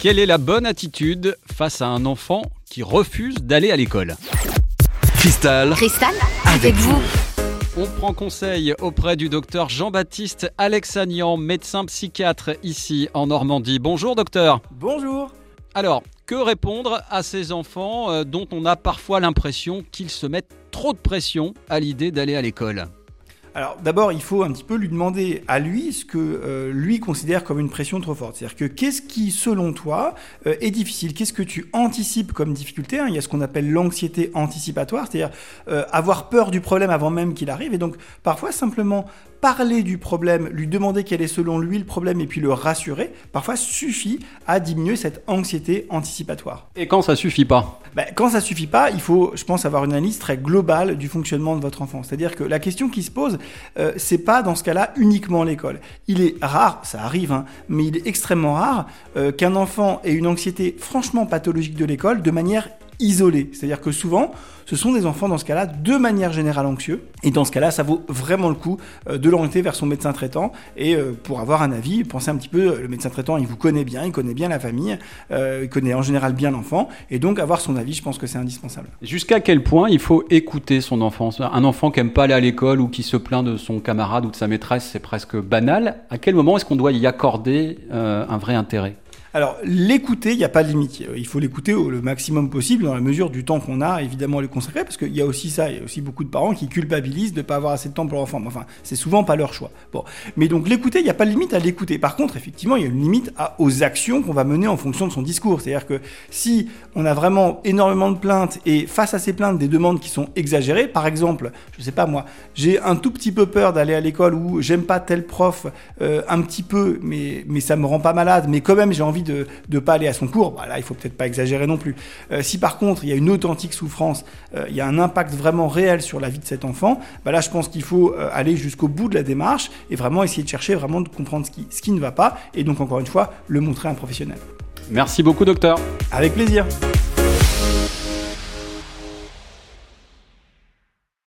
Quelle est la bonne attitude face à un enfant qui refuse d'aller à l'école ? Cristal, Avec vous. On prend conseil auprès du docteur Jean-Baptiste Alexanian, médecin psychiatre ici en Normandie. Bonjour docteur. Bonjour. Alors, que répondre à ces enfants dont on a parfois l'impression qu'ils se mettent trop de pression à l'idée d'aller à l'école ? Alors d'abord, il faut un petit peu lui demander à lui ce que lui considère comme une pression trop forte. C'est-à-dire que qu'est-ce qui, selon toi, est difficile ? Qu'est-ce que tu anticipes comme difficulté ? Il y a ce qu'on appelle l'anxiété anticipatoire, c'est-à-dire avoir peur du problème avant même qu'il arrive. Et donc parfois simplement parler du problème, lui demander quel est selon lui le problème et puis le rassurer, parfois suffit à diminuer cette anxiété anticipatoire. Et quand ça suffit pas ? Quand ça suffit pas, il faut, je pense, avoir une analyse très globale du fonctionnement de votre enfant. C'est-à-dire que la question qui se pose, c'est pas dans ce cas-là uniquement l'école. Il est rare, ça arrive, mais il est extrêmement rare qu'un enfant ait une anxiété franchement pathologique de l'école de manière isolée. C'est-à-dire que souvent, ce sont des enfants dans ce cas-là de manière générale anxieux. Et dans ce cas-là, ça vaut vraiment le coup de l'orienter vers son médecin traitant. Et pour avoir un avis, pensez un petit peu, le médecin traitant, il vous connaît bien, il connaît bien la famille, il connaît en général bien l'enfant. Et donc, avoir son avis, je pense que c'est indispensable. Jusqu'à quel point il faut écouter son enfant ? Un enfant qui n'aime pas aller à l'école ou qui se plaint de son camarade ou de sa maîtresse, c'est presque banal. À quel moment est-ce qu'on doit y accorder un vrai intérêt ? Alors, l'écouter, il n'y a pas de limite. Il faut l'écouter le maximum possible dans la mesure du temps qu'on a, évidemment, à le consacrer, parce qu'il y a aussi ça, il y a aussi beaucoup de parents qui culpabilisent de ne pas avoir assez de temps pour leur enfant. Enfin, c'est souvent pas leur choix. Bon. Mais donc, l'écouter, il n'y a pas de limite à l'écouter. Par contre, effectivement, il y a une limite aux actions qu'on va mener en fonction de son discours. C'est-à-dire que si on a vraiment énormément de plaintes et face à ces plaintes, des demandes qui sont exagérées, par exemple, je sais pas moi, j'ai un tout petit peu peur d'aller à l'école ou j'aime pas tel prof un petit peu, mais ça me rend pas malade, mais quand même j'ai envie de pas aller à son cours, là il faut peut-être pas exagérer non plus. Si par contre il y a une authentique souffrance, il y a un impact vraiment réel sur la vie de cet enfant, là je pense qu'il faut aller jusqu'au bout de la démarche et vraiment essayer de chercher, vraiment de comprendre ce qui ne va pas et donc encore une fois le montrer à un professionnel. Merci beaucoup docteur. Avec plaisir.